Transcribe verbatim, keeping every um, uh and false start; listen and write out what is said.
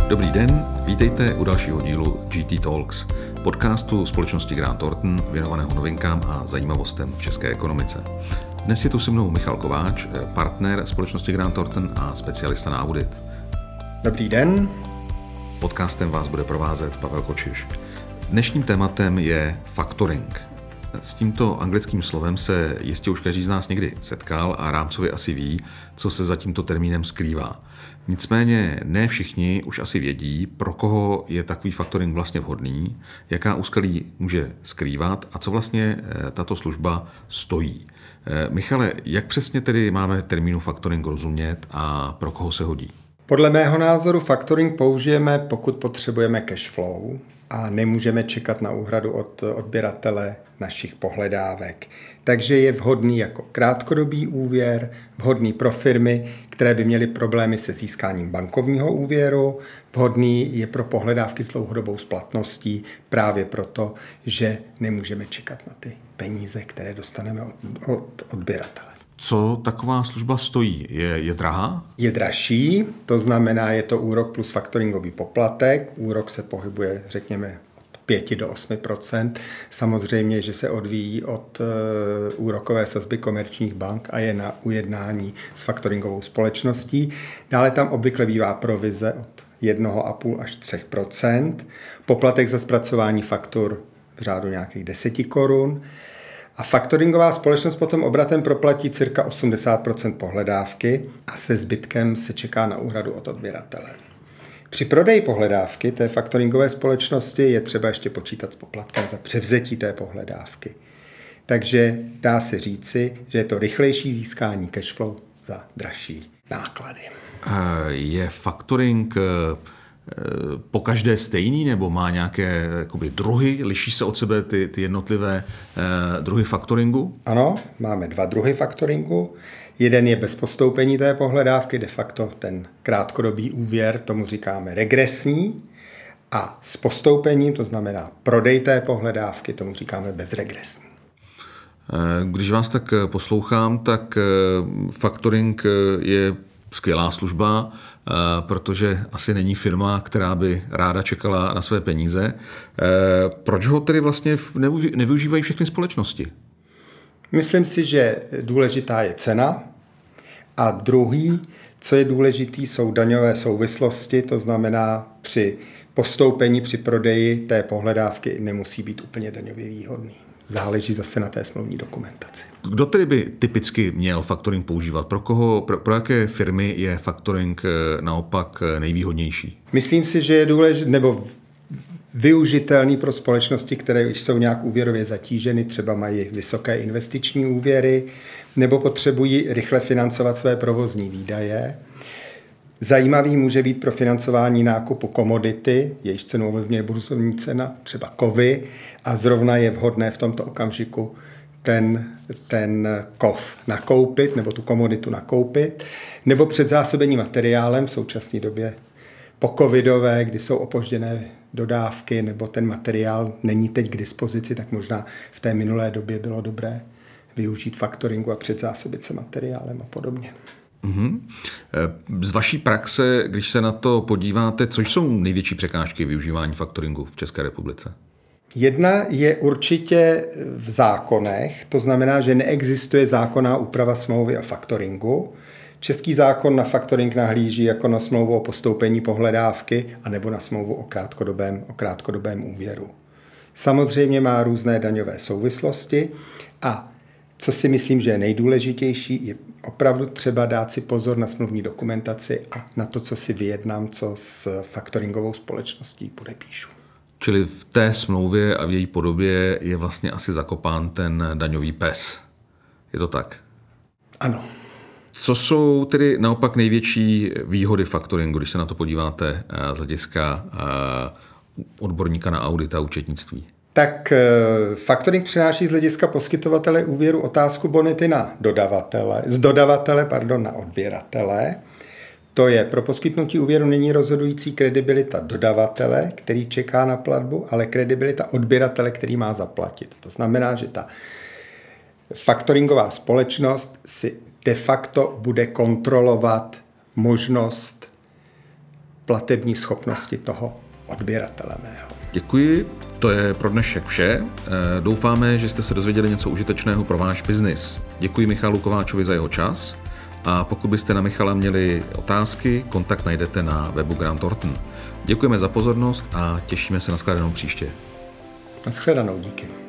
Dobrý den, vítejte u dalšího dílu G T Talks, podcastu společnosti Grant Thornton věnovaného novinkám a zajímavostem v české ekonomice. Dnes je tu se mnou Michal Kováč, partner společnosti Grant Thornton a specialista na audit. Dobrý den. Podcastem vás bude provázet Pavel Kočiš. Dnešním tématem je factoring. S tímto anglickým slovem se jistě už každý z nás někdy setkal a rámcově asi ví, co se za tímto termínem skrývá. Nicméně ne všichni už asi vědí, pro koho je takový factoring vlastně vhodný, jaká úskalí může skrývat a co vlastně tato služba stojí. Michale, jak přesně tedy máme termínu factoring rozumět a pro koho se hodí? Podle mého názoru factoring použijeme, pokud potřebujeme cash flow a nemůžeme čekat na úhradu od odběratele našich pohledávek. Takže je vhodný jako krátkodobý úvěr, vhodný pro firmy, které by měly problémy se získáním bankovního úvěru, vhodný je pro pohledávky s dlouhodobou splatností právě proto, že nemůžeme čekat na ty peníze, které dostaneme od, od odběratele. Co taková služba stojí? Je, je drahá? Je dražší, to znamená, je to úrok plus faktoringový poplatek. Úrok se pohybuje, řekněme, od pět do osmi procent. Samozřejmě, že se odvíjí od uh, úrokové sazby komerčních bank a je na ujednání s faktoringovou společností. Dále tam obvykle bývá provize od jedna celá pět až tři procenta. Poplatek za zpracování faktur v řádu nějakých deset korun. A faktoringová společnost potom obratem proplatí cirka osmdesát procent pohledávky a se zbytkem se čeká na úhradu od odběratele. Při prodeji pohledávky té faktoringové společnosti je třeba ještě počítat s poplatkem za převzetí té pohledávky. Takže dá se říci, že je to rychlejší získání cashflow za dražší náklady. Je faktoring po každé stejný, nebo má nějaké jakoby, druhy? Liší se od sebe ty, ty jednotlivé eh, druhy faktoringu? Ano, máme dva druhy faktoringu. Jeden je bez postoupení té pohledávky, de facto ten krátkodobý úvěr, tomu říkáme regresní. A s postoupením, to znamená prodej té pohledávky, tomu říkáme bezregresní. Když vás tak poslouchám, tak faktoring je skvělá služba, protože asi není firma, která by ráda čekala na své peníze. Proč ho tedy vlastně nevyužívají všechny společnosti? Myslím si, že důležitá je cena a druhý, co je důležitý, jsou daňové souvislosti, to znamená při postoupení, při prodeji té pohledávky nemusí být úplně daňově výhodný. Záleží zase na té smluvní dokumentaci. Kdo tedy by typicky měl faktoring používat? Pro koho, pro, pro jaké firmy je faktoring naopak nejvýhodnější? Myslím si, že je důležitý, nebo využitelný pro společnosti, které už jsou nějak úvěrově zatíženy, třeba mají vysoké investiční úvěry, nebo potřebují rychle financovat své provozní výdaje. Zajímavý může být pro financování nákupu komodity, jejíž cenu ovlivňuje burzovní cena, třeba kovy, a zrovna je vhodné v tomto okamžiku ten, ten kov nakoupit, nebo tu komoditu nakoupit, nebo předzásobení materiálem v současné době po covidové, kdy jsou opožděné dodávky, nebo ten materiál není teď k dispozici, tak možná v té minulé době bylo dobré využít faktoringu a předzásobit se materiálem a podobně. Mm-hmm. Z vaší praxe, když se na to podíváte, co jsou největší překážky využívání faktoringu v České republice? Jedna je určitě v zákonech, to znamená, že neexistuje zákonná úprava smlouvy o faktoringu. Český zákon na faktoring nahlíží jako na smlouvu o postoupení pohledávky anebo na smlouvu o krátkodobém, o krátkodobém úvěru. Samozřejmě má různé daňové souvislosti a co si myslím, že je nejdůležitější, je opravdu třeba dát si pozor na smluvní dokumentaci a na to, co si vyjednám, co s faktoringovou společností podepíšu. Čili v té smlouvě a v její podobě je vlastně asi zakopán ten daňový pes. Je to tak? Ano. Co jsou tedy naopak největší výhody faktoringu, když se na to podíváte z hlediska odborníka na audit a účetnictví? Tak faktoring přináší z hlediska poskytovatele úvěru otázku bonity na dodavatele, z dodavatele pardon, na odběratele. To je, pro poskytnutí úvěru není rozhodující kredibilita dodavatele, který čeká na platbu, ale kredibilita odběratele, který má zaplatit. To znamená, že ta faktoringová společnost si de facto bude kontrolovat možnost platební schopnosti toho odběratele mého. Děkuji, to je pro dnešek vše. Doufáme, že jste se dozvěděli něco užitečného pro váš biznis. Děkuji Michalu Kováčovi za jeho čas a pokud byste na Michala měli otázky, kontakt najdete na webu Grant Thornton. Děkujeme za pozornost a těšíme se na shledanou příště. Na shledanou, díky.